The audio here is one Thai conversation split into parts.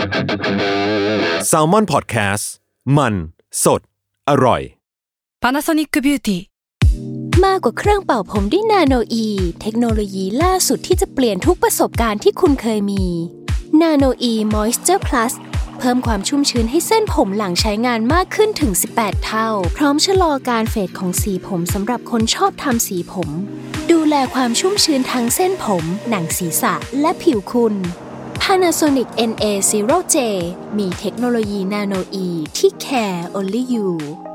Salmon Podcast มันสดอร่อย Panasonic Beauty มากกว่าเครื่องเป่าผมด้วยนาโนอีเทคโนโลยีล่าสุดที่จะเปลี่ยนทุกประสบการณ์ที่คุณเคยมีนาโนอีมอยส์เจอร์พลัสเพิ่มความชุ่มชื้นให้เส้นผมหลังใช้งานมากขึ้นถึง18เท่าพร้อมชะลอการเฟดของสีผมสำหรับคนชอบทำสีผมดูแลความชุ่มชื้นทั้งเส้นผมหนังศีรษะและผิวคุณ Panasonic NA0J มีเทคโนโลยีนาโนอีที่ care only you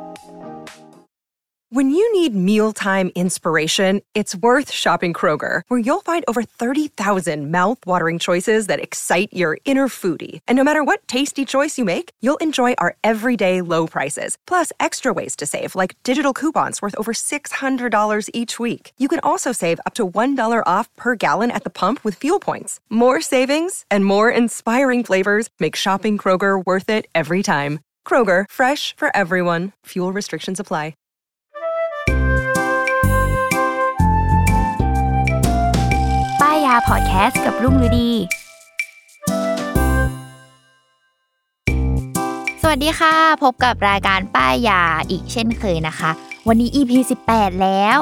When you need mealtime inspiration, it's worth shopping Kroger, where you'll find over 30,000 mouth-watering choices that excite your inner foodie. And no matter what tasty choice you make, you'll enjoy our everyday low prices, plus extra ways to save, like digital coupons worth over $600 each week. You can also save up to $1 off per gallon at the pump with fuel points. More savings and more inspiring flavors make shopping Kroger worth it every time. Kroger, fresh for everyone. Fuel restrictions apply. ป้ายยาพอดแคสต์กับรุ่งฤดีสวัสดีค่ะพบกับรายการป้ายยาอีกเช่นเคยนะคะวันนี้ EP 18แล้ว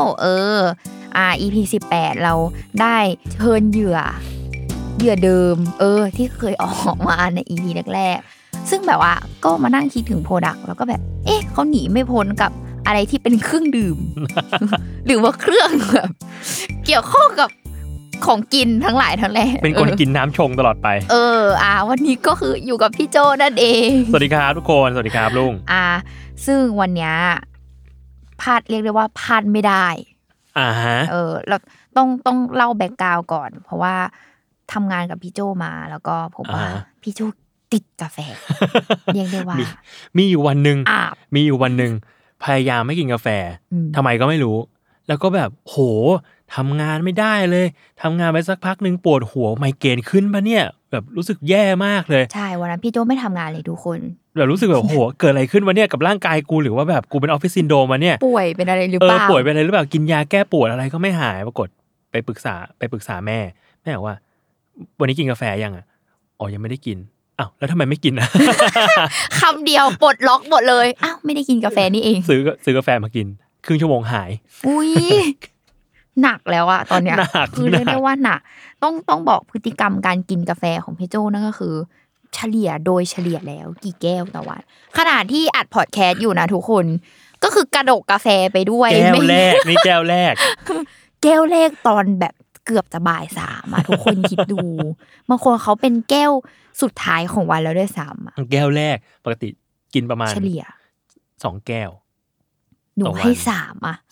EP 18เราได้เชิญเหยื่อเดิมที่เคยออกมาใน EP แรกๆซึ่งแบบว่าก็มานั่งคิดถึงโปรดักต์แล้วก็แบบเขาหนีไม่พ้นกับอะไรที่เป็นเครื่องดื่ม หรือว่าเครื่องแบบเกี่ยวข้องกับของกินทั้งหลายทั้งแหล่เป็นคนกินน้ำชงตลอดไปวันนี้ก็คืออยู่กับพี่โจนั่นเองสวัสดีครับทุกคนสวัสดีครับลุงซึ่งวันนี้พลาดเรียกได้ว่าพลาดไม่ได้ฮะเราต้องเล่าแบ็คกราวด์ก่อนเพราะว่าทำงานกับพี่โจมาแล้วก็พบว่าพี่โจติดกาแฟ เรียกได้ว่ามีอยู่วันนึงพยายามไม่กินกาแฟทำไมก็ไม่รู้แล้วก็แบบโหทำงานไม่ได้เลยทำงานไปสักพักนึงปวดหัวไมเกรนขึ้นปะเนี่ยแบบรู้สึกแย่มากเลยใช่วันนั้นพี่โจไม่ทำงานเลยทุกคนแบบรู้สึกแบบโหเกิดอะไรขึ้นวะเนี่ยกับร่างกายกูหรือว่าแบบกูเป็นออฟฟิศซินโดรมมาเนี่ยป่วยเป็นอะไรหรือเปล่าป่วยเป็นอะไรหรือเปล่ากินยาแก้ปวดอะไรก็ไม่หายปรากฏไปปรึกษาแม่บอกว่าวันนี้กินกาแฟยังยังไม่ได้กินอ้าวแล้วทำไมไม่กินคำเดียวปลดล็อกหมดเลยอ้าวไม่ได้กินกาแฟนี่เองซื้อกาแฟมากินครึ่งชั่วโมงหายอุ้ยหนักแล้วอะตอนเนี้ยคือเรียกได้ว่าหนักต้องบอกพฤติกรรมการกินกาแฟของพี่โจนั่นก็คือเฉลี่ยแล้วกี่แก้วต่อวันขณะที่อัดพอดแคสต์อยู่นะทุกคนก็คือกระดกกาแฟไปด้วยแก้วแรกนี่แก้วแรกตอนแบบเกือบจะบ่ายสามอะทุกคนคิดดูบางคนเขาเป็นแก้วสุดท้ายของวันแล้วด้วยซ้ำแก้วแรกปกติกินประมาณเฉลี่ย 2แก้วหนูให้3อ่ะ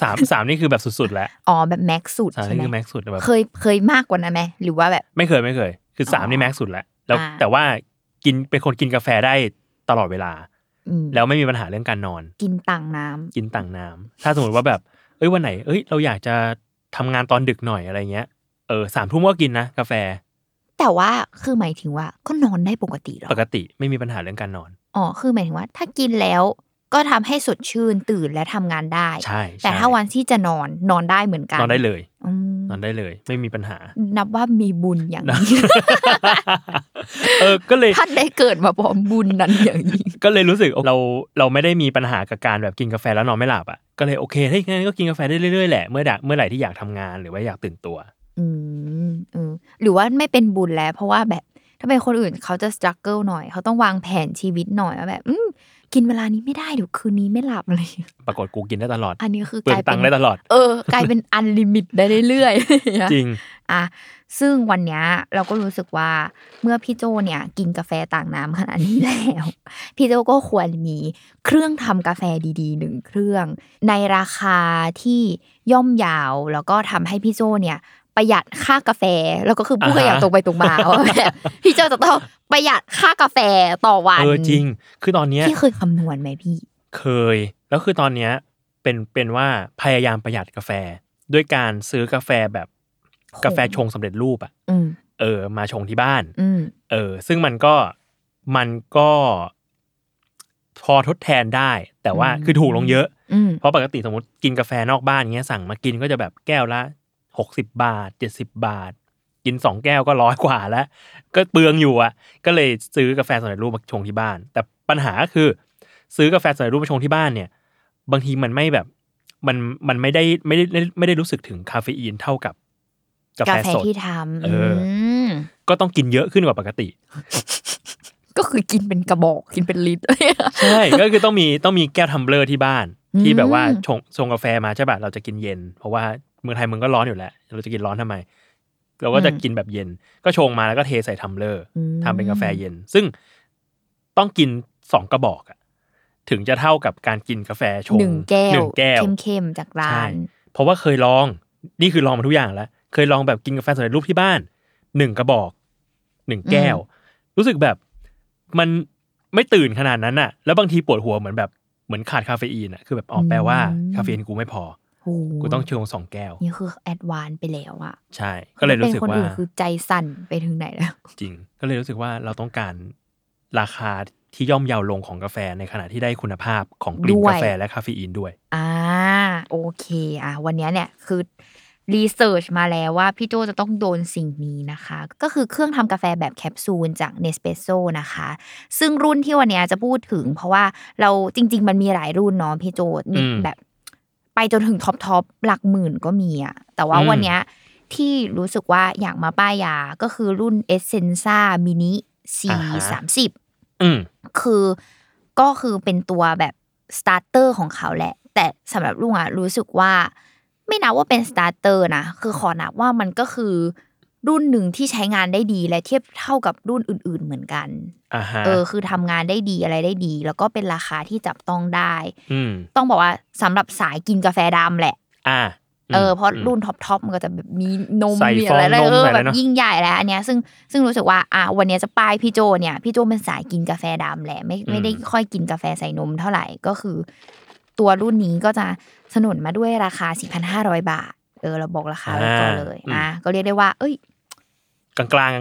3นี่คือแบบสุดๆแล้วแบบแม็กซ์สุดใช่มั้ยคือแม็กซ์สุดแบบเคยมากกว่านั้นมั้ยหรือว่าแบบไม่เคยคือ3นี่แม็กซ์สุดแล้วแต่ว่ากินเป็นคนกินกาแฟได้ตลอดเวลาแล้วไม่มีปัญหาเรื่องการนอนกินต่างน้ำถ้าสมมุติว่าแบบวันไหนเราอยากจะทำงานตอนดึกหน่อยอะไรเงี้ย3 ทุ่มก็กินนะกาแฟแต่ว่าคือหมายถึงว่าก็นอนได้ปกติหรอปกติไม่มีปัญหาเรื่องการนอนคือหมายถึงว่าถ้ากินแล้วก็ทำให้สดชื่นตื่นและทำงานได้ใช่แต่ถ้าวันที่จะนอนได้เหมือนกันนอนได้เลยไม่มีปัญหานับว่ามีบุญอย่างนี้ก็เลยท่านได้เกิดมาพร้อมบุญนั้นอย่างนี้ก็เลยรู้สึกเราไม่ได้มีปัญหากับการแบบกินกาแฟแล้วนอนไม่หลับอ่ะก็เลยโอเคถ้างั้นก็กินกาแฟได้เรื่อยๆแหละเมื่อไหร่ที่อยากทำงานหรือว่าอยากตื่นตัวหรือว่าไม่เป็นบุญแล้วเพราะว่าแบบถ้าเป็นคนอื่นเขาจะสตรักเกิลหน่อยเขาต้องวางแผนชีวิตหน่อยว่าแบบกินเวลานี้ไม่ได้เดี๋ยวคืนนี้ไม่หลับเลยปรากฏกูกินได้ตลอดอันนี้คือกลายเป็นได้ตลอดกลายเป็นอันลิมิตได้เรื่อยๆจริงซึ่งวันนี้เราก็รู้สึกว่าเมื่อพี่โจเนี่ยกินกาแฟต่างน้ำขนาดนี้แล้วพี่โจก็ควรมีเครื่องทำกาแฟดีๆ1เครื่องในราคาที่ย่อมเยาแล้วก็ทำให้พี่โจเนี่ยประหยัดค่ากาแฟแล้วก็คือพูดกันอย่างตรงไปตรงมาว่าแบบพี่โจจะต้องประหยัดค่ากาแฟต่อวันจริงคือตอนนี้พี่เคยคำนวณไหมพี่เคยแล้วคือตอนนี้เป็นว่าพยายามประหยัดกาแฟด้วยการซื้อกาแฟแบบกาแฟชงสำเร็จรูปมาชงที่บ้านซึ่งมันก็พอทดแทนได้แต่ว่าคือถูกลงเยอะเพราะปกติสมมติกินกาแฟนอกบ้านเงี้ยสั่งมากินก็จะแบบแก้วละ60 บาท70 บาทกิน2แก้วก็100กว่าแล้วก็เปลืองอยู่อ่ะก็เลยซื้อกาแฟสำเร็จรูปมาชงที่บ้านแต่ปัญหาก็คือซื้อกาแฟสำเร็จรูปมาชงที่บ้านเนี่ยบางทีมันไม่แบบมันไม่ได้รู้สึกถึงคาเฟอีนเท่ากับกาแฟสดที่ทำก็ต้องกินเยอะขึ้นกว่าปกติก็คือกินเป็นกระบอกกินเป็นลิตรใช่ก็คือต้องมีแก้วทัมเบลอร์ที่บ้านที่แบบว่าชงกาแฟมาใช่ป่ะเราจะกินเย็นเพราะว่าเมืองไทยมึงก็ร้อนอยู่แล้วเราจะกินร้อนทำไมเราก็จะกินแบบเย็นก็ชงมาแล้วก็เทใส่ทัมเบลอร์ทำเป็นกาแฟเย็นซึ่งต้องกิน2กระบอกอ่ะถึงจะเท่ากับการกินกาแฟชง 1แก้วเข้มๆจากร้านเพราะว่าเคยลองนี่คือลองมาทุกอย่างแล้วเคยลองแบบกินกาแฟสำเร็จรูปที่บ้าน1กระบอก1แก้วรู้สึกแบบมันไม่ตื่นขนาดนั้นน่ะแล้วบางทีปวดหัวเหมือนขาดคาเฟอีนอ่ะคือแบบแปลว่าคาเฟอีนกูไม่พอกูต้องชง2แก้วนี่คือแอดวานซ์ไปแล้วอ่ะใช่ก็เลยรู้สึกว่าคนอื่นคือใจสั่นไปถึงไหนแล้วจริงก็เลยรู้สึกว่าเราต้องการราคาที่ย่อมเยาลงของกาแฟในขณะที่ได้คุณภาพของกลิ่นกาแฟและคาเฟอีนด้วยโอเควันนี้เนี่ยคือรีเสิร์ชมาแล้วว่าพี่โจจะต้องโดนสิ่งนี้นะคะก็คือเครื่องทำกาแฟแบบแคปซูลจาก Nespresso นะคะซึ่งรุ่นที่วันนี้จะพูดถึงเพราะว่าเราจริงๆมันมีหลายรุ่นเนาะพี่โจมีแบบไปจนถึงท็อปหลักหมื่นก็มีอ่ะแต่ว่าวันนี้ที่รู้สึกว่าอยากมาป้ายยาก็คือรุ่น Essenza Mini C30ก็คือเป็นตัวแบบสตาร์เตอร์ของเขาแหละแต่สำหรับลุงรู้สึกว่าไม่นับว่าเป็นสตาร์เตอร์นะคือขอนับว่ามันก็คือรุ่นหนึ่งที่ใช้งานได้ดีและเทียบเท่ากับรุ่นอื่นๆเหมือนกันคือทำงานได้ดีอะไรได้ดีแล้วก็เป็นราคาที่จับต้องได้ต้องบอกว่าสำหรับสายกินกาแฟดำแหละเพราะรุ่นท็อปมันก็จะแบบมีนมมีอะไรแบบยิ่งใหญ่แล้วอันเนี้ยซึ่งรู้สึกว่าวันนี้จะป้ายพี่โจเนี่ยพี่โจเป็นสายกินกาแฟดำแหละไม่ได้ค่อยกินกาแฟใส่นมเท่าไหร่ก็คือตัวรุ่นนี้ก็จะสนุนมาด้วยราคา 4,500 บาทเราบอกราคาไว้ก่อนเลยก็เรียกได้ว่าเอ้ยกลาง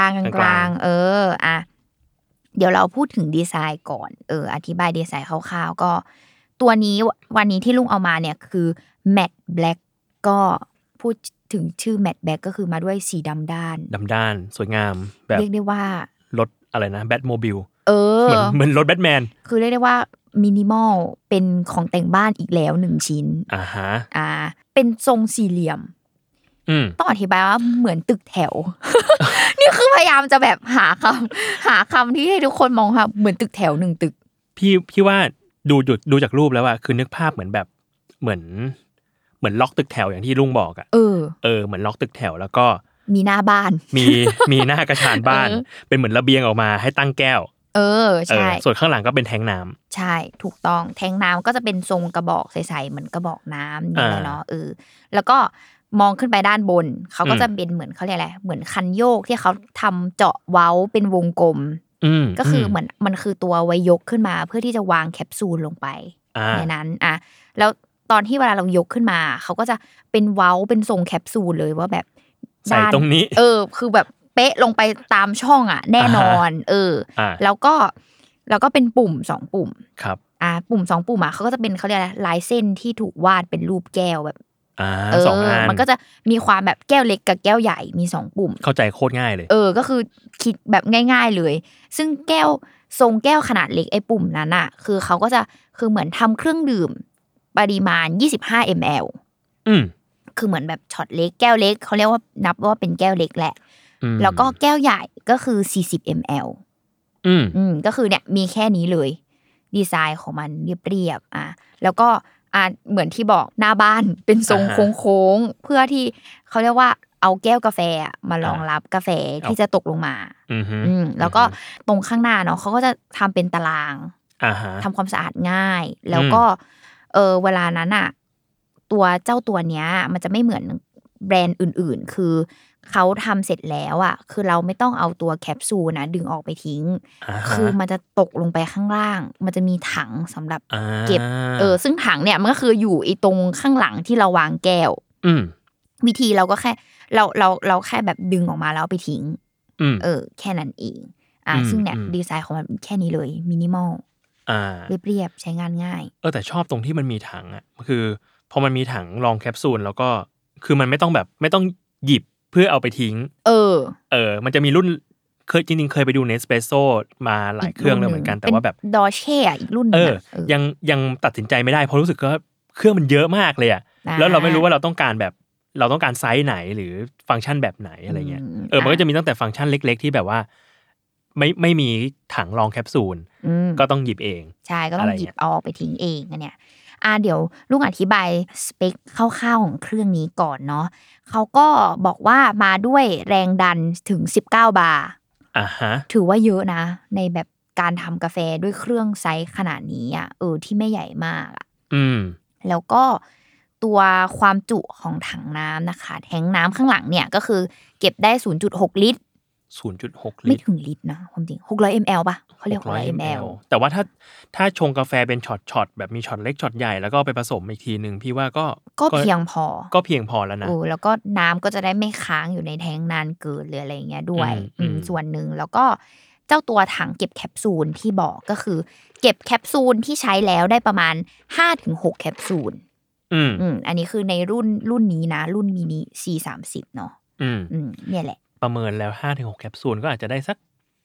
เดี๋ยวเราพูดถึงดีไซน์ก่อนอธิบายดีไซน์คร่าวๆก็ตัวนี้วันนี้ที่ลุงเอามาเนี่ยคือ Matte Black ก็พูดถึงชื่อ Matte Black ก็คือมาด้วยสีดำด้านสวยงามแบบเรียกได้ว่ารถอะไรนะแบทโมบิลเหมือนรถแบทแมนคือเรียกได้ว่ามินิมอลเป็นของแต่งบ้านอีกแล้ว1ชิ้นเป็นทรงสี่เหลี่ยมต้องอธิบายว่าเหมือนตึกแถว นี่คือพยายามจะแบบหาคำที่ให้ทุกคนมองค่ะเหมือนตึกแถว1ตึกพี่ว่าดูจากรูปแล้วอะคือนึกภาพเหมือนแบบเหมือนล็อกตึกแถวอย่างที่ลุงบอกอะเหมือนล็อกตึกแถวแล้วก็มีหน้าบ้านมีหน้ากระชานบ้านเป็นเหมือนระเบียงออกมาให้ตั้งแก้วใช่ส่วนข้างหลังก็เป็นแทงน้ำใช่ถูกต้องแทงน้ำก็จะเป็นทรงกระบอกใสๆเหมือนกระบอกน้ำนี่แหละเนาะแล้วก็มองขึ้นไปด้านบนเขาก็จะเป็นเหมือนเขาเรียกอะไรเหมือนคันโยกที่เขาทำเจาะเว้าเป็นวงกลมก็คือเหมือนมันคือตัวไว้ยกขึ้นมาเพื่อที่จะวางแคปซูลลงไปในนั้นแล้วตอนที่เวลาเรายกขึ้นมาเขาก็จะเป็นเว้าเป็นทรงแคปซูลเลยว่าแบบใส่ตรงนี้คือแบบเป๊ะลงไปตามช่องแน่นอนแล้วก็เป็นปุ่ม2ปุ่มครับปุ่ม2ปุ่มเขาก็จะเป็นเขาเรียกอะไรลายเส้นที่ถูกวาดเป็นรูปแก้วแบบ 2อันมันก็จะมีความแบบแก้วเล็กกับแก้วใหญ่มี2ปุ่มเข้าใจโคตรง่ายเลยก็คือคิดแบบง่ายๆเลยซึ่งแก้วทรงแก้วขนาดเล็กไอ้ปุ่มนั้นคือเขาก็จะคือเหมือนทำเครื่องดื่มปริมาณ25 ml คือเหมือนแบบช็อตเล็กแก้วเล็กเขาเรียกว่านับว่าเป็นแก้วเล็กแหละแล้วก็แก้วใหญ่ก็คือ40 ml ก็คือเนี่ยมีแค่นี้เลยดีไซน์ของมันเรียบๆแล้วก็เหมือนที่บอกหน้าบ้านเป็นทรงโค้งๆเพื่อที่เขาเรียกว่าเอาแก้วกาแฟมารองรับกาแฟที่จะตกลงมาแล้วก็ตรงข้างหน้าเนาะเขาก็จะทำเป็นตารางทำความสะอาดง่ายแล้วก็เวลานั้นตัวเนี้ยมันจะไม่เหมือนแบรนด์อื่นๆคือเขาทำเสร็จแล้วคือเราไม่ต้องเอาตัวแคปซูลนะดึงออกไปทิ้งคือมันจะตกลงไปข้างล่างมันจะมีถังสำหรับเก็บซึ่งถังเนี่ยมันก็คืออยู่ไอ้ตรงข้างหลังที่เราวางแก้ววิธีเราก็แค่เราแค่แบบดึงออกมาแล้วเอาไปทิ้งแค่นั้นเองซึ่งเนี่ยดีไซน์ของมันแค่นี้เลยมินิมอลเรียบๆใช้งานง่ายแต่ชอบตรงที่มันมีถังคือพอมันมีถังรองแคปซูลแล้วก็คือมันไม่ต้องหยิบเพื่อเอาไปทิ้งมันจะมีรุ่นเคยจริงๆเคยไปดู Nespresso มาหลายเครื่องแล้วเหมือนกันแต่ว่าแบบดอเช่อีกรุ่นนึงยังตัดสินใจไม่ได้เพราะรู้สึกว่าเครื่องมันเยอะมากเลยอ่ะแล้วเราไม่รู้ว่าเราต้องการไซส์ไหนหรือฟังก์ชันแบบไหนอะไรเงี้ยมันก็จะมีตั้งแต่ฟังก์ชันเล็กๆที่แบบว่าไม่มีถังรองแคปซูลก็ต้องหยิบเองใช่ก็ต้องหยิบออกไปทิ้งเองเนี่ยเดี๋ยวลุงอธิบายสเปคคร่าวๆของเครื่องนี้ก่อนเนาะเขาก็บอกว่ามาด้วยแรงดันถึง19 บาร์ถือว่าเยอะนะในแบบการทำกาแฟด้วยเครื่องไซส์ขนาดนี้ที่ไม่ใหญ่มากแล้วก็ตัวความจุของถังน้ำนะคะแทงน้ำข้างหลังเนี่ยก็คือเก็บได้ 0.6 ลิตร 0.6 ลิตรไม่ถึงลิตรนะความจริง600 ml ป่ะเขาเรียก600 ml แต่ว่าถ้าชงกาแฟเป็นช็อตแบบมีช็อตเล็กช็อตใหญ่แล้วก็ไปผสมอีกทีนึงพี่ว่าก็เพียงพอแล้วนะแล้วก็น้ำก็จะได้ไม่ค้างอยู่ในแทงนานเกินหรืออะไรเงี้ยด้วยส่วนนึงแล้วก็เจ้าตัวถังเก็บแคปซูลที่บอกก็คือเก็บแคปซูลที่ใช้แล้วได้ประมาณ 5-6 แคปซูลอันนี้คือในรุ่นนี้นะรุ่นมินิ C30 เนาะเนี่ยแหละประเมินแล้ว 5-6 แคปซูลก็อาจจะได้สัก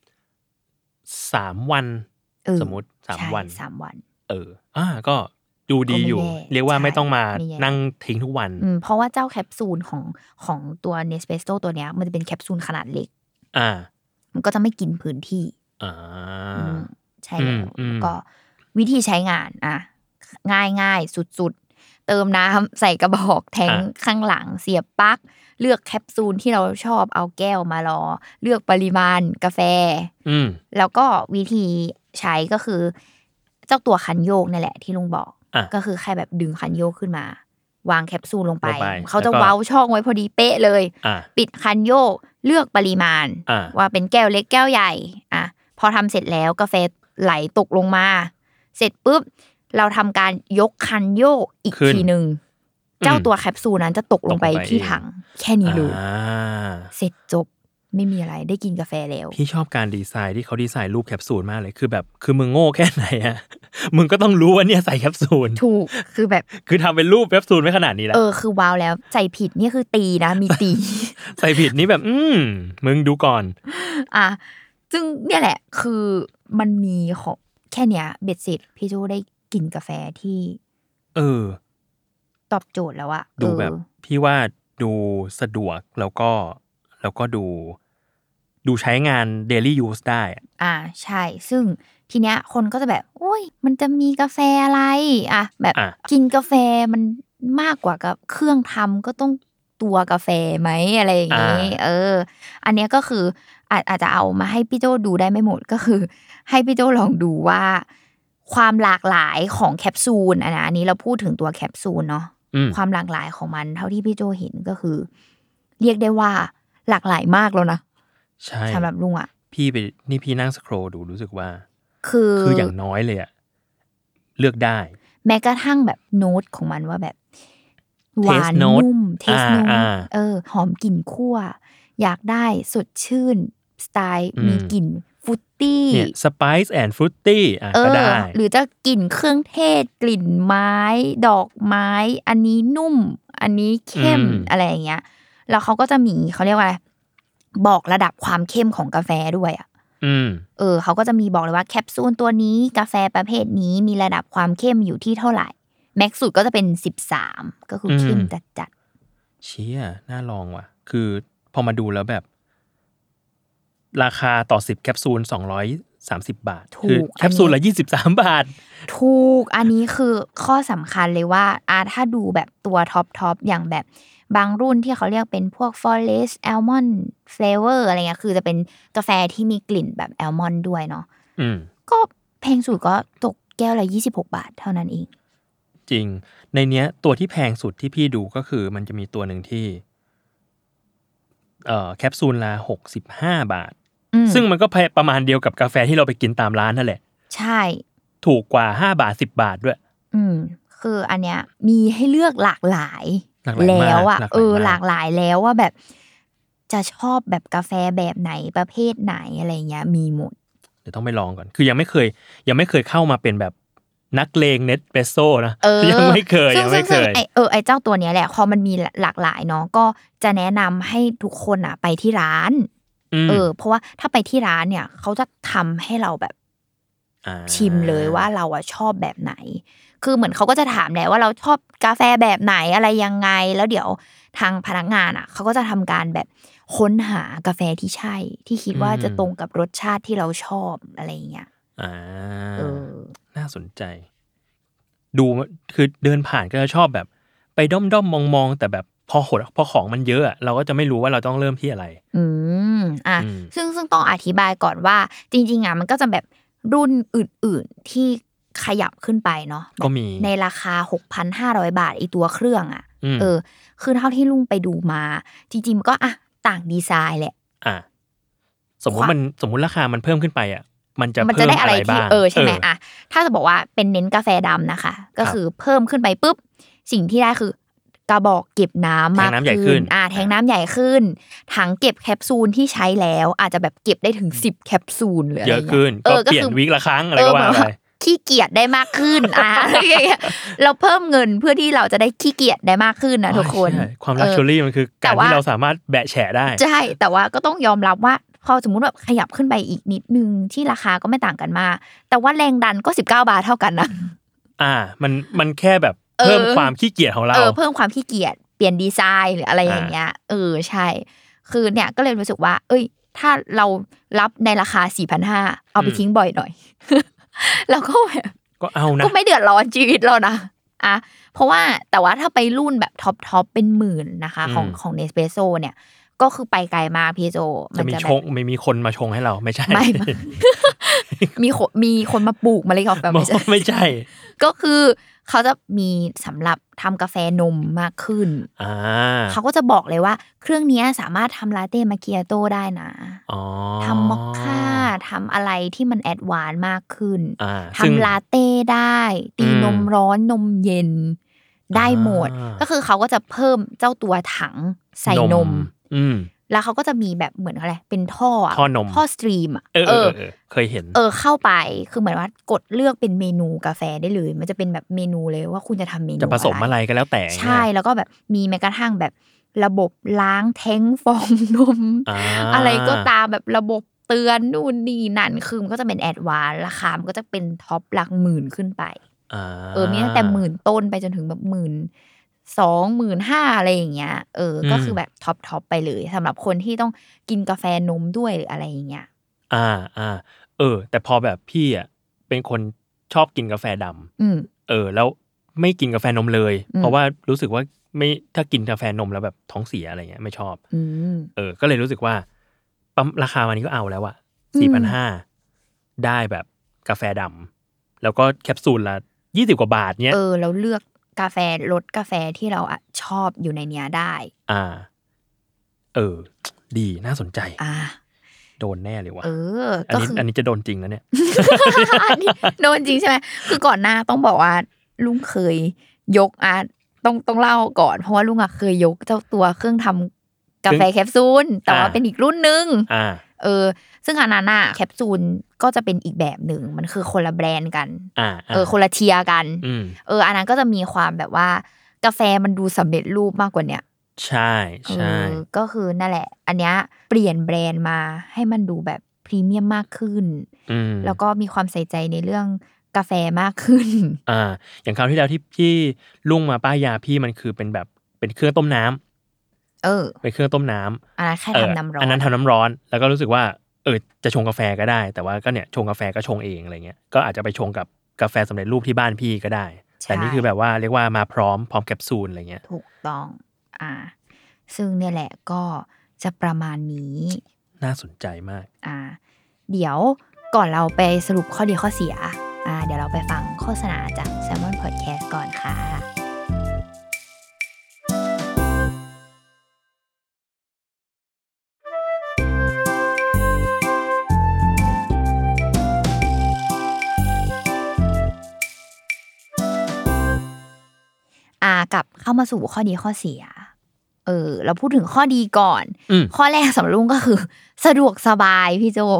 3 วันสมมุติ3 วันก็ดูดีอยู่เรียกว่าไม่ต้องมานั่งทิ้งทุกวันเพราะว่าเจ้าแคปซูลของตัว Nespresso ตัวเนี้ยมันจะเป็นแคปซูลขนาดเล็กมันก็จะไม่กินพื้นที่ใช่แล้วก็วิธีใช้งานง่ายสุดๆเติมน้ำใส่กระบอกแทงข้างหลังเสียบปลั๊กเลือกแคปซูลที่เราชอบเอาแก้วมารอเลือกปริมาณกาแฟแล้วก็วิธีใช้ก็คือเจ้าตัวคันโยกนี่แหละที่ลุงบอกก็คือแค่แบบดึงคันโยกขึ้นมาวางแคปซูลลงไปเขาจะเว้าช่องไว้พอดีเป๊ะเลยปิดคันโยกเลือกปริมาณว่าเป็นแก้วเล็กแก้วใหญ่พอทำเสร็จแล้วกาแฟไหลตกลงมาเสร็จปุ๊บเราทำการยกคันโยกอีกทีนึงเจ้าตัวแคปซูลนั้นจะตกลงไปที่ถังแค่นี้เลยเสร็จจบไม่มีอะไรได้กินกาแฟแล้วพี่ชอบการดีไซน์ที่เขาดีไซน์รูปแคปซูลมากเลยคือมึงโง่แค่ไหนมึงก็ต้องรู้ว่าเนี่ยใส่แคปซูลถูกคือแบบคือทำเป็นรูปแคปซูลไว้ขนาดนี้แล้วคือว้าวแล้วใส่ผิดนี่คือตีนะมีตีใส่ผิดนี่แบบมึงดูก่อนซึ่งเนี่ยแหละคือมันมีของแค่เนี้ยเบ็ดเสร็จพี่โจได้กินกาแฟที่ตอบโจทย์แล้วอะดูแบบพี่ว่าดูสะดวกแล้วก็ดูใช้งาน daily use ได้ใช่ซึ่งทีเนี้ยคนก็จะแบบโอ้ยมันจะมีกาแฟอะไรแบบกินกาแฟมันมากกว่ากับเครื่องทำก็ต้องตัวกาแฟไหมอะไรอย่างงี้อันเนี้ยก็คืออาจจะเอามาให้พี่โจดูได้ไม่หมดก็คือให้พี่โจลองดูว่าความหลากหลายของแคปซูลอันนี้เราพูดถึงตัวแคปซูลเนาะความหลากหลายของมันเท่าที่พี่โจเห็นก็คือเรียกได้ว่าหลากหลายมากแล้วนะใช่สำหรับลุงพี่นั่งสครอลดูรู้สึกว่าคืออย่างน้อยเลยเลือกได้แม้กระทั่งแบบโน้ตของมันว่าแบบหวานนุ่มเทสโน้ตหอมกลิ่นคั่วอยากได้สดชื่นสไตล์มีกลิ่นฟรุตตี้เนี่ยสไปซ์แอนด์ฟรุตตี้ก็ได้หรือจะกลิ่นเครื่องเทศกลิ่นไม้ดอกไม้อันนี้นุ่มอันนี้เข้มอะไรอย่างเงี้ยแล้วเขาก็จะมีเขาเรียกว่าบอกระดับความเข้มของกาแฟด้วยเขาก็จะมีบอกเลยว่าแคปซูลตัวนี้กาแฟประเภทนี้มีระดับความเข้มอยู่ที่เท่าไหร่แม็กซ์สุดก็จะเป็น13ก็คือเข้มจัดๆเชี่ยน่าลองว่ะคือพอมาดูแล้วแบบราคาต่อ10แคปซูล230 บาทคือแคปซูลละ23 บาทถูกอันนี้คือข้อสำคัญเลยว่าถ้าดูแบบตัวท็อปอย่างแบบบางรุ่นที่เขาเรียกเป็นพวก Forest Almond Flavor อะไรเงี้ยคือจะเป็นกาแฟที่มีกลิ่นแบบแอลมอนด์ด้วยเนาะก็แพงสุดก็ตกแก้วละ26 บาทเท่านั้นเองจริงในเนี้ยตัวที่แพงสุดที่พี่ดูก็คือมันจะมีตัวหนึ่งที่แคปซูลละ65 บาทซึ่งมันก็ประมาณเดียวกับกาแฟที่เราไปกินตามร้านนั่นแหละใช่ถูกกว่า5 บาท10 บาทด้วยคืออันเนี้ยมีให้เลือกหลากหลายแล้วหลากหลายแล้วว่าแบบจะชอบแบบกาแฟแบบไหนประเภทไหนอะไรเงี้ยมีหมดเดี๋ยวต้องไปลองก่อนคือยังไม่เคยเข้ามาเป็นแบบนักเลงเนสเปรสโซ่นะยังไม่เคยไอ้เจ้าตัวเนี้ยแหละพอมันมีหลากหลายเนาะก็จะแนะนำให้ทุกคนอ่ะไปที่ร้านเพราะว่าถ้าไปที่ร้านเนี่ยเขาจะทำให้เราแบบชิมเลยว่าเราอ่ะชอบแบบไหนคือเหมือนเขาก็จะถามแหละว่าเราชอบกาแฟแบบไหนอะไรยังไงแล้วเดี๋ยวทางพนักงานอ่ะเขาก็จะทำการแบบค้นหากาแฟที่ใช่ที่คิดว่าจะตรงกับรสชาติที่เราชอบอะไรอย่างเงี้ยน่าสนใจดูคือเดินผ่านก็จะชอบแบบไปด้อมๆมองๆแต่แบบพอของมันเยอะเราก็จะไม่รู้ว่าเราต้องเริ่มที่อะไรซึ่งต้องอธิบายก่อนว่าจริงๆอ่ะมันก็จะแบบรุ่นอื่นๆที่ขยับขึ้นไปเนาะก็มีในราคา 6,500 บาทไอตัวเครื่องอ่ะคือเท่าที่ลุงไปดูมาจริงๆมันก็ต่างดีไซน์แหละสมมุติราคามันเพิ่มขึ้นไปอ่ะมันจะได้อะไรบ้างใช่ไหมถ้าจะบอกว่าเป็นเน้นกาแฟดำนะคะก็คือเพิ่มขึ้นไปปุ๊บสิ่งที่ได้คือกระบอกเก็บน้ำมากขึ้นแทงน้ำใหญ่ขึ้นถังเก็บแคปซูลที่ใช้แล้วอาจจะแบบเก็บได้ถึง10แคปซูลหรืออะไรเยอะขึ้นก็เปลี่ยนวีคละครั้งอะไรก็ว่าไปขี้เกียจได้มากขึ้นเราเพิ่มเงินเพื่อที่เราจะได้ขี้เกียจได้มากขึ้นนะทุกคนความลักชัวรี่มันคือการที่เราสามารถแบะแฉะได้ใช่แต่ว่าก็ต้องยอมรับว่าพอสมมุติแบบขยับขึ้นไปอีกนิดนึงที่ราคาก็ไม่ต่างกันมากแต่ว่าแรงดันก็19 บาทเท่ากันนะมันแค่แบบเพิ่มความขี้เกียจของเราเพิ่มความขี้เกียจเปลี่ยนดีไซน์หรืออะไรอย่างเงี้ยใช่คือเนี่ยก็เลยรู้สึกว่าถ้าเรารับในราคา 4,500 เอาไปทิ้งบ่อยหน่อยแล้วก็แบบก็เอานะก็ไม่เดือดร้อนชีวิตเรานะเพราะว่าแต่ว่าถ้าไปรุ่นแบบท็อปเป็นหมื่นนะคะของ Nespresso เนี่ยก็คือไปไกลมากพี่โจมันจะไม่มีคนมาชงให้เราไม่ใช่ไม่มีคนมาปลูกเมล็ดกาแฟไม่ใช่ก็คือเขาจะมีสำหรับทำกาแฟนมมากขึ้นเขาก็จะบอกเลยว่าเครื่องนี้สามารถทำลาเต้มาเกียโต้ได้นะทำมอคค่าทำอะไรที่มันแอดวานซ์มากขึ้นทำลาเต้ได้ตีนมร้อนนมเย็นได้หมดก็คือเขาก็จะเพิ่มเจ้าตัวถังใส่นมแล้วเขาก็จะมีแบบเหมือนอะไรเป็นท่อนมท่อสตรีมเคยเห็นเข้าไปคือเหมือนว่ากดเลือกเป็นเมนูกาแฟได้เลยมันจะเป็นแบบเมนูเลยว่าคุณจะทำเมนูจะผสมอะไรก็แล้วแต่ใช่แล้วก็แบบมีแม้กระทั่งแบบระบบล้างแท้งฟองนมอะไรก็ตามแบบระบบเตือนนู่นนี่นั่นคือมันก็จะเป็นแอดวานซ์ราคามันก็จะเป็นท็อปหลักหมื่นขึ้นไปมีตั้งแต่หมื่นต้นไปจนถึงแบบ12,500อะไรอย่างเงี้ยก็คือแบบท็อปไปเลยสำหรับคนที่ต้องกินกาแฟนมด้วยหรืออะไรอย่างเงี้ยแต่พอแบบพี่อ่ะเป็นคนชอบกินกาแฟดำแล้วไม่กินกาแฟนมเลยเพราะว่ารู้สึกว่าไม่ถ้ากินกาแฟนมแล้วแบบท้องเสียอะไรเงี้ยไม่ชอบก็เลยรู้สึกว่าปั๊มราคาวันนี้ก็เอาแล้วอะ 4,500 ได้แบบกาแฟดำแล้วก็แคปซูลละ20 กว่าบาทเนี้ยเราเลือกกาแฟรสกาแฟที่เราชอบอยู่ในเนี้ยได้ดีน่าสนใจโดนแน่เลยว่ะอันนี้จะโดนจริงแล้วเนี่ยโดนจริงใช่ไหมคือก่อนหน้าต้องบอกว่าลุงเคยยกต้องเล่าก่อนเพราะว่าลุงเคยยกเจ้าตัวเครื่องทำกาแฟแคปซูลแต่ว่าเป็นอีกรุ่นนึงซึ่งอันนั้นแคปซูลก็จะเป็นอีกแบบหนึ่งมันคือคนละแบรนด์กันคนละเทียร์กันอันนั้นก็จะมีความแบบว่ากาแฟมันดูสำเร็จรูปมากกว่าเนี้ยใช่ก็คือนั่นแหละอันเนี้ยเปลี่ยนแบรนด์มาให้มันดูแบบพรีเมียมมากขึ้นแล้วก็มีความใส่ใจในเรื่องกาแฟมากขึ้นอย่างคราวที่แล้วที่พี่ลุงมาป้ายยาพี่มันคือเป็นแบบเป็นเครื่องต้มน้ำเป็นเครื่องต้มน้ำอันนั้นแค่ทำน้ำร้อนอันนั้นทำน้ำร้อนแล้วก็รู้สึกว่าจะชงกาแฟก็ได้แต่ว่าก็เนี่ยชงกาแฟก็ชงเองอะไรเงี้ยก็อาจจะไปชงกับกาแฟสำเร็จรูปที่บ้านพี่ก็ได้แต่นี่คือแบบว่าเรียกว่ามาพร้อมแคปซูลอะไรเงี้ยถูกต้องซึ่งเนี่ยแหละก็จะประมาณนี้น่าสนใจมากเดี๋ยวก่อนเราไปสรุปข้อดีข้อเสียเดี๋ยวเราไปฟังโฆษณาจาก Salmon Podcast ก่อนค่ะกลับเข้ามาสู่ข้อดีข้อเสียเราพูดถึงข้อดีก่อนข้อแรกสำหรับลุงก็คือสะดวกสบายพี่โจ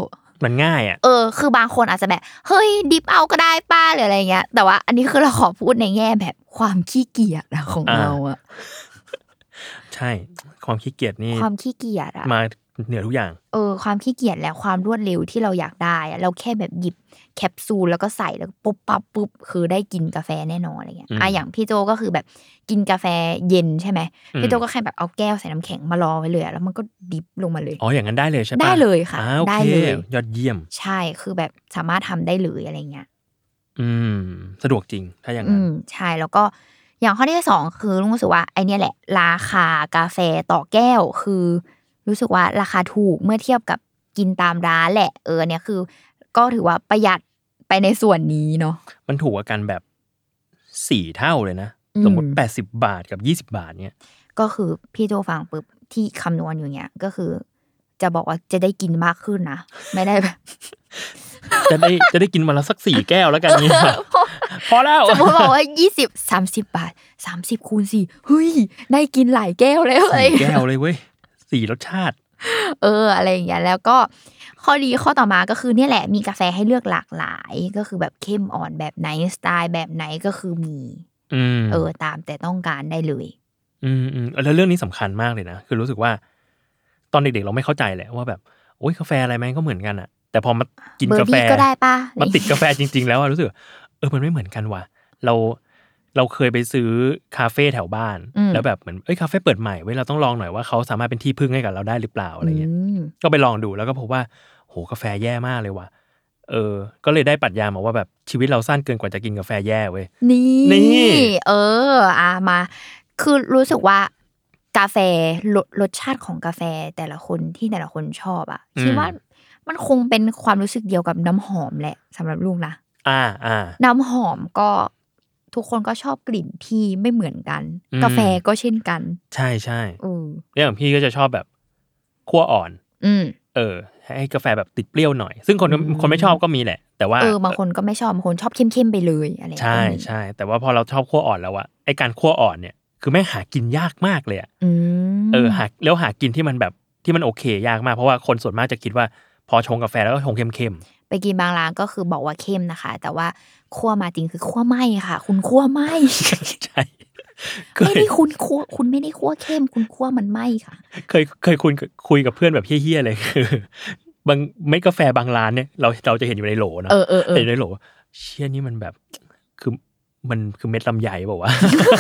มันง่ายอ่ะคือบางคนอาจจะแบบเฮ้ยดิฟเอาก็ได้ป้าหรืออะไรเงี้ยแต่ว่าอันนี้คือเราขอพูดในแง่แบบความขี้เกียจของเราอะใช่ความขี้เกียจนี่ความขี้เกียจอะมาเหนือทุกอย่างความขี้เกียจและความรวดเร็วที่เราอยากได้เราแค่แบบหยิบแคปซูลแล้วก็ใส่แล้วปุ๊บปั๊บปุ๊บคือได้กินกาแฟแน่นอนอะไรเงี้ยอย่างพี่โจก็คือแบบกินกาแฟเย็นใช่ไหมพี่โจก็แค่แบบเอาแก้วใส่น้ำแข็งมารอไว้เลยแล้วมันก็ดิฟลงมาเลยอย่างนั้นได้เลยใช่ปะได้เลยค่ะได้เลยยอดเยี่ยมใช่คือแบบสามารถทำได้เลยอะไรเงี้ยสะดวกจริงถ้าอย่างนั้นใช่แล้วก็อย่างข้อที่2คือรู้สึกว่าไอเนี้ยแหละราคากาแฟต่อแก้วคือรู้สึกว่าราคาถูกเมื่อเทียบกับกินตามร้านแหละเนี่ยคือก็ถือว่าประหยัดไปในส่วนนี้เนาะมันถูกกว่ากันแบบ4เท่าเลยนะสมมติ80 บาทกับ20 บาทเนี้ยก็คือพี่โจฟังปุ๊บที่คำนวณอยู่เนี้ยก็คือจะบอกว่าจะได้กินมากขึ้นนะไม่ได้แบบจะได้กินวันละสัก4แก้วแล้วกันนี่พอแล้วสมมติบอกว่า20-30 บาท30คูณ4เฮ้ยได้กินหลายแก้วแล้วอะไรแก้วเลยเว้ย4รสชาติอะไรอย่างเงี้ยแล้วก็ข้อดีข้อต่อมาก็คือเนี่ยแหละมีกาแฟให้เลือกหลากหลายก็คือแบบเข้มอ่อนแบบไหนสไตล์แบบไหนก็คือมีตามแต่ต้องการได้เลยแล้วเรื่องนี้สำคัญมากเลยนะคือรู้สึกว่าตอนเด็กๆเราไม่เข้าใจแหละว่าแบบโอ๊ยกาแฟอะไรมันก็เหมือนกันอะแต่พอมากินกาแฟก็ได้ป่ะมาติดกาแฟจริงๆแล้วรู้สึกมันไม่เหมือนกันว่ะเราเคยไปซื้อคาเฟ่แถวบ้านแล้วแบบเหมือนคาเฟ่เปิดใหม่เว้ยเราต้องลองหน่อยว่าเขาสามารถเป็นที่พึ่งให้กับเราได้หรือเปล่าอะไรเงี้ยก็ไปลองดูแล้วก็พบว่าโหกาแฟแย่มากเลยว่ะก็เลยได้ปรัชญามาว่าแบบชีวิตเราสั้นเกินกว่าจะกินกาแฟแย่เว้ยนี่มาคือรู้สึกว่ากาแฟรสชาติของกาแฟแต่ละคนที่แต่ละคนชอบอ่ะคิดว่ามันคงเป็นความรู้สึกเดียวกับน้ำหอมแหละสำหรับลูกนะน้ำหอมก็ทุกคนก็ชอบกลิ่นที่ไม่เหมือนกันกาแฟก็เช่นกันใช่ใช่อย่างพี่ก็จะชอบแบบคั่วอ่อนให้กาแฟแบบติดเปรี้ยวหน่อยซึ่งคนไม่ชอบก็มีแหละแต่ว่าบางคนก็ไม่ชอบบางคนชอบเข้มๆไปเลยอะไรใช่ใช่แต่ว่าพอเราชอบคั่วอ่อนแล้วอะไอการคั่วอ่อนเนี่ยคือแม่งหากินยากมากเลยอะหากินที่มันแบบที่มันโอเคยากมากเพราะว่าคนส่วนมากจะคิดว่าพอชงกาแฟแล้วก็ชงเข้มๆไปกินบางร้านก็คือบอกว่าเข้มนะคะแต่ว่าคั่วมาจริงคือคั่วไหม้ค่ะคุณคั่วไหม้ใช่ไม่ได้คุณไม่ได้คั่วเข้มคุณคั่วมันไหม้ค่ะเคยคุยกับเพื่อนแบบเฮี้ยๆเลยคือบางเม็ดกาแฟบางร้านเนี่ยเราจะเห็นอยู่ในโหลนะในโหลเชี่ยนี่มันแบบมันคือเม็ดลำไยบอกว่า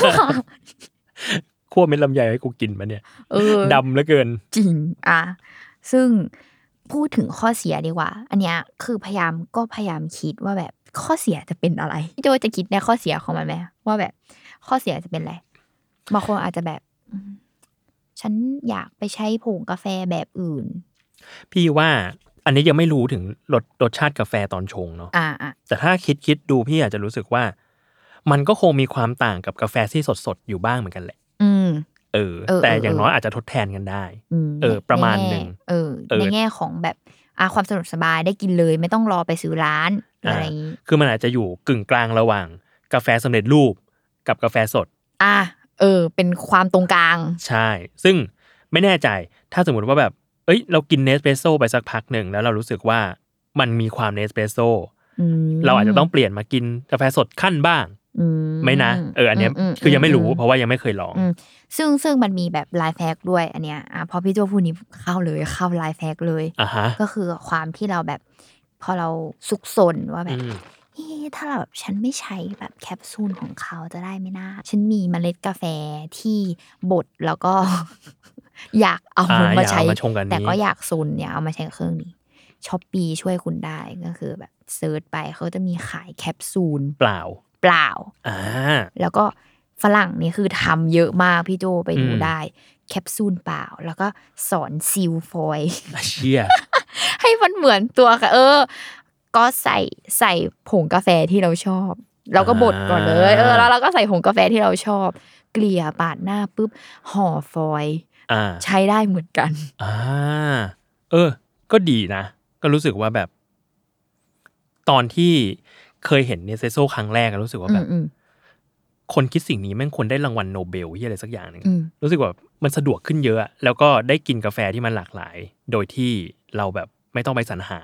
คั่วเม็ดลำไยให้กูกินมาเนี่ยดำเหลือเกินจริงซึ่งพูดถึงข้อเสียดีกว่าอันเนี้ยคือพยายามคิดว่าแบบข้อเสียจะเป็นอะไรพี่โจจะคิดในข้อเสียของมันไหมว่าแบบข้อเสียจะเป็นอะไรบางคนอาจจะแบบฉันอยากไปใช้ผงกาแฟแบบอื่นพี่ว่าอันนี้ยังไม่รู้ถึงรสชาติกาแฟตอนชงเนาะแต่ถ้าคิดดูพี่อาจจะรู้สึกว่ามันก็คงมีความต่างกับกาแฟที่สดอยู่บ้างเหมือนกันแหละแต่อย่างน้อยอาจจะทดแทนกันได้ประมาณนึงในแง่ของแบบความสะดวกสบายได้กินเลยไม่ต้องรอไปซื้อร้านอะไรอย่างนี้คือมันอาจจะอยู่กึ่งกลางระหว่างกาแฟสำเร็จรูปกับกาแฟสดเป็นความตรงกลางใช่ซึ่งไม่แน่ใจถ้าสมมติว่าแบบเรากินเนสเปรสโซ่ไปสักพักหนึ่งแล้วเรารู้สึกว่ามันมีความเนสเปรสโซ่เราอาจจะต้องเปลี่ยนมากินกาแฟสดขั้นบ้างไม่นะอันเนี้ยคือยังไม่รู้เพราะว่ายังไม่เคยลองซึ่งมันมีแบบไลฟ์แฮกด้วยอันเนี้ยพอพี่โจพูดนี้เข้าไลฟ์แฮกเลยก็คือความที่เราแบบพอเราสุกสนว่าแบบถ้าเราแบบฉันไม่ใช้แบบแคปซูลของเขาจะได้ไหมนะฉันมีเมล็ดกาแฟที่บดแล้วก็อยากเอามาใช้แต่ก็อยากซนเนี่ยเอามาใช้เครื่องนี้Shopee ช่วยคุณได้ก็คือแบบเซิร์ชไปเขาจะมีขายแคปซูลเปล่าแล้วก็ฝรั่งนี่คือทำเยอะมากพี่โจไปดูได้แคปซูลเปล่าแล้วก็สอนซีลฟอยล์เชี่ยให้มันเหมือนตัวค่ะก็ใส่ผงกาแฟที่เราชอบเราก็บดก่อนเลยแล้วเราก็ใส่ผงกาแฟที่เราชอบเกลี่ยปาดหน้าปุ๊บห่อฟอยล์ใช้ได้เหมือนกันก็ดีนะก็รู้สึกว่าแบบตอนที่เคยเห็นเนสเปรสโซ่ครั้งแรกรู้สึกว่าแบบคนคิดสิ่งนี้แม่งควรได้รางวัลโนเบลที่อะไรสักอย่างนึงรู้สึกว่ามันสะดวกขึ้นเยอะแล้วก็ได้กินกาแฟที่มันหลากหลายโดยที่เราแบบไม่ต้องไปสรรหา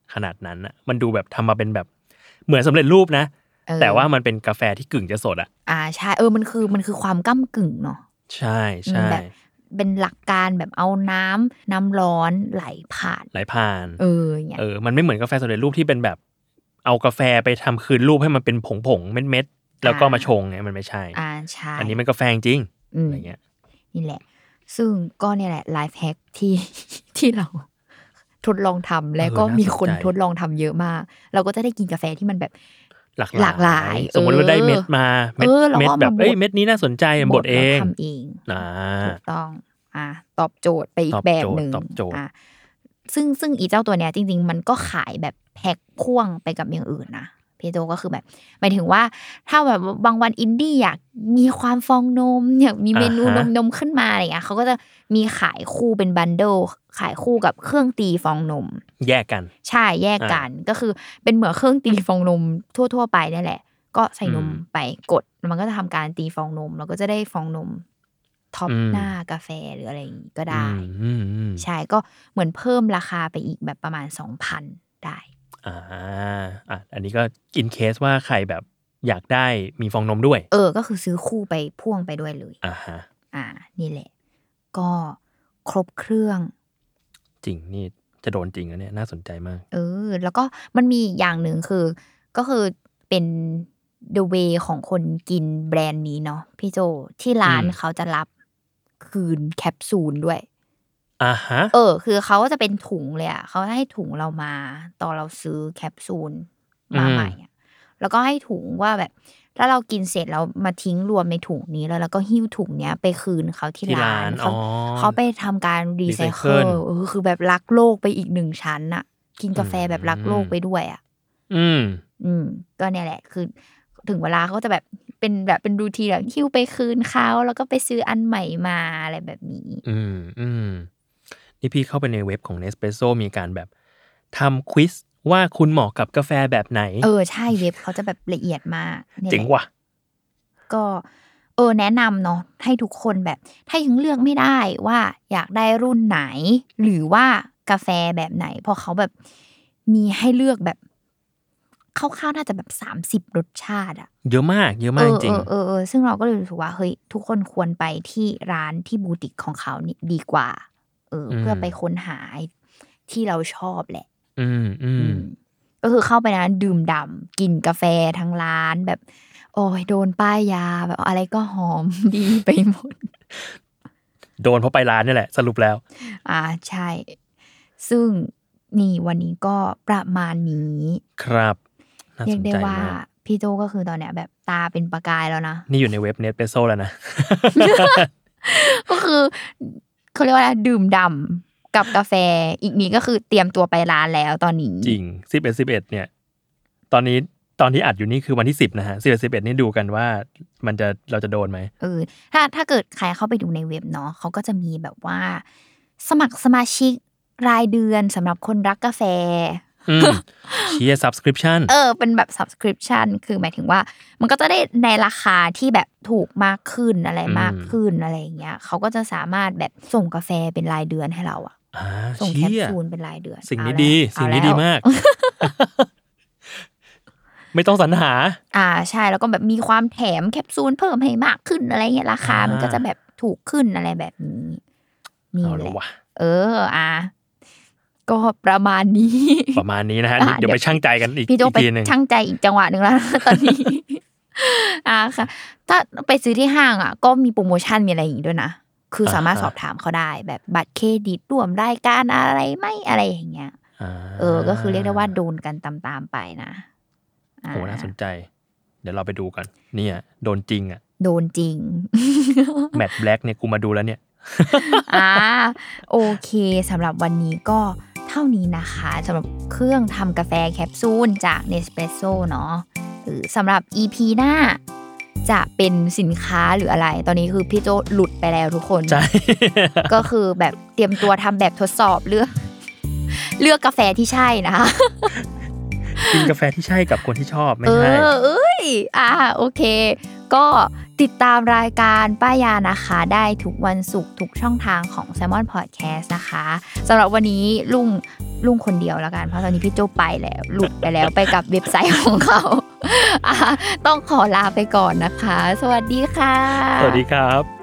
ขนาดนั้นอ่ะมันดูแบบทำมาเป็นแบบเหมือนสำเร็จรูปนะแต่ว่ามันเป็นกาแฟที่กึ่งจะสดอ่ะใช่มันคือความก้ำกึ่งเนาะใช่ใช่แบบเป็นหลักการแบบเอาน้ำร้อนไหลผ่านเนี่ยมันไม่เหมือนกาแฟสำเร็จรูปที่เป็นแบบเอากาแฟไปทำคืนรูปให้มันเป็นผงเม็ดๆแล้วก็มาชงไงมันไม่ใช่ใช่อันนี้มันกาแฟจริงอะไรเงี้ยนี่แหละซึ่งก็เนี่ยแหละไลฟ์แฮกที่เราทดลองทำและก็มีคนทดลองทำเยอะมากเราก็จะได้กินกาแฟที่มันแบบหลากหลายสมมติว่าได้เม็ดมาเม็ดแบบเม็ดนี้น่าสนใจบดเองทำเองถูกต้องตอบโจทย์ไปอีกแบบนึงซึ่งอีเจ้าตัวเนี้ยจริงๆมันก็ขายแบบแพ็คพ่วงไปกับอย่างอื่นนะพี่โจก็คือแบบหมายถึงว่าถ้าแบบบางวันอินดี้อยากมีความฟองนมอยากมีเมนูนมขึ้นมาอะไรอย่างเงี้ยเขาก็จะมีขายคู่เป็นบันเดิลขายคู่กับเครื่องตีฟองนมแยกกันใช่แยกกันก็คือเป็นเหมือนเครื่องตีฟองนมทั่วๆไปนั่นแหละก็ใส่นมไปกดมันก็จะทำการตีฟองนมแล้วก็จะได้ฟองนมท็อปหน้ากาแฟหรืออะไรอย่างงี้ก็ได้ใช่ก็เหมือนเพิ่มราคาไปอีกแบบประมาณ 2,000 ได้อันนี้ก็อินเคสว่าใครแบบอยากได้มีฟองนมด้วยก็คือซื้อคู่ไปพ่วงไปด้วยเลยนี่แหละก็ครบเครื่องจริงนี่จะโดนจริงนะเนี่ยน่าสนใจมากแล้วก็มันมีอย่างหนึ่งก็คือเป็น the way ของคนกินแบรนด์นี้เนาะพี่โจที่ร้านเขาจะรับคืนแคปซูลด้วยคือเขาก็จะเป็นถุงเลยอ่ะเขาให้ถุงเรามาตอนเราซื้อแคปซูลมาใหม่แล้วก็ให้ถุงว่าแบบถ้าเรากินเสร็จแล้วมาทิ้งรวมในถุงนี้แล้วก็หิ้วถุงเนี้ยไปคืนเขาที่ร้านเขาไปทำการรีไซเคิลคือแบบรักโลกไปอีก1ชั้นอ่ะกินกาแฟแบบรักโลกไปด้วยอ่ะก็เนี่ยแหละคือถึงเวลาเขาจะแบบเป็นรูทีนแบบหิ้วไปคืนเขาแล้วก็ไปซื้ออันใหม่มาอะไรแบบนี้นี่พี่เข้าไปในเว็บของ Nespresso มีการแบบทำควิซว่าคุณเหมาะกับกาแฟแบบไหนใช่เว็บเขาจะแบบละเอียดมากเจ๋งว่ะก็แนะนำเนาะให้ทุกคนแบบถ้ายังเลือกไม่ได้ว่าอยากได้รุ่นไหนหรือว่ากาแฟแบบไหนเพราะเขาแบบมีให้เลือกแบบคร่าวๆน่าจะแบบ30รสชาติอะเยอะมากจริงซึ่งเราก็เลยรู้สึกว่าเฮ้ยทุกคนควรไปที่ร้านที่บูติกของเขานี่ดีกว่าเพื่อไปค้นหาที่เราชอบแหละก็คือเข้าไปนะดื่มด่ำกินกาแฟทั้งร้านแบบโอ้ยโดนป้ายยาแบบอะไรก็หอมดีไปหมดโดนเพราะไปร้านนี่แหละสรุปแล้วใช่ซึ่งนี่วันนี้ก็ประมาณนี้ครับเรียกได้ว่าพี่โจก็คือตอนเนี้ยแบบตาเป็นประกายแล้วนะนี่อยู่ในเว็บ Nespresso แล้วนะก็คือเขาเรียกว่าดื่มด่ำกับกาแฟอีกนี้ก็คือเตรียมตัวไปร้านแล้วตอนนี้จริง11เนี่ยตอนที่อัดอยู่นี่คือวันที่10นะฮะ11นี่ดูกันว่าเราจะโดนไหมถ้าเกิดใครเข้าไปดูในเว็บเนาะเขาก็จะมีแบบว่าสมัครสมาชิกรายเดือนสำหรับคนรักกาแฟเชียร์ subscription เป็นแบบ subscription คือหมายถึงว่ามันก็จะได้ในราคาที่แบบถูกมากขึ้นอะไรมากขึ้นอะไรอย่างเงี้ยเขาก็จะสามารถแบบส่งกาแฟเป็นรายเดือนให้เราอ่ะส่งแคปซูลเป็นรายเดือนสิ่งนี้ดีมาก ไม่ต้องสรรหาใช่แล้วก็แบบมีความแถมแคปซูลเพิ่มให้มากขึ้นอะไรเงี้ยราคามันก็จะแบบถูกขึ้นอะไรแบบนี้นี่แหละก็ประมาณนี้นะฮะเดี๋ยวไปชั่งใจกันอีกทีนึงชั่งใจอีกจังหวะนึงแล้วตอนนี้ค่ะถ้าไปซื้อที่ห้างก็มีโปรโมชั่นมีอะไรอย่างงี้ด้วยนะคือสามารถสอบถามเขาได้แบบบัตรเครดิตร่วมรายการอะไรไม่อะไรอย่างเงี้ยก็คือเรียกได้ว่าโดนกันตามๆไปนะโหน่าสนใจเดี๋ยวเราไปดูกันเนี่ยโดนจริงโดนจริงแมทแบล็คเนี่ยกูมาดูแล้วเนี่ยโอเคสำหรับวันนี้ก็เท่านี้นะคะสำหรับเครื่องทำกาแฟแคปซูลจาก Nespresso เนาะสำหรับ EP หน้าจะเป็นสินค้าหรืออะไรตอนนี้คือพี่โจหลุดไปแล้วทุกคนใช่ก็คือแบบเตรียมตัวทำแบบทดสอบเลือกกาแฟที่ใช่นะคะกินกาแฟที่ใช่กับคนที่ชอบไม่ใช่โอเคก็ติดตามรายการป้ายานะคะได้ทุกวันศุกร์ทุกช่องทางของ Salmon Podcast นะคะสำหรับวันนี้ลุงลุงคนเดียวแล้วกันเพราะตอนนี้พี่โจไปแล้วหลุดไปแล้วไปกับเว็บไซต์ของเขาต้องขอลาไปก่อนนะคะสวัสดีค่ะสวัสดีครับ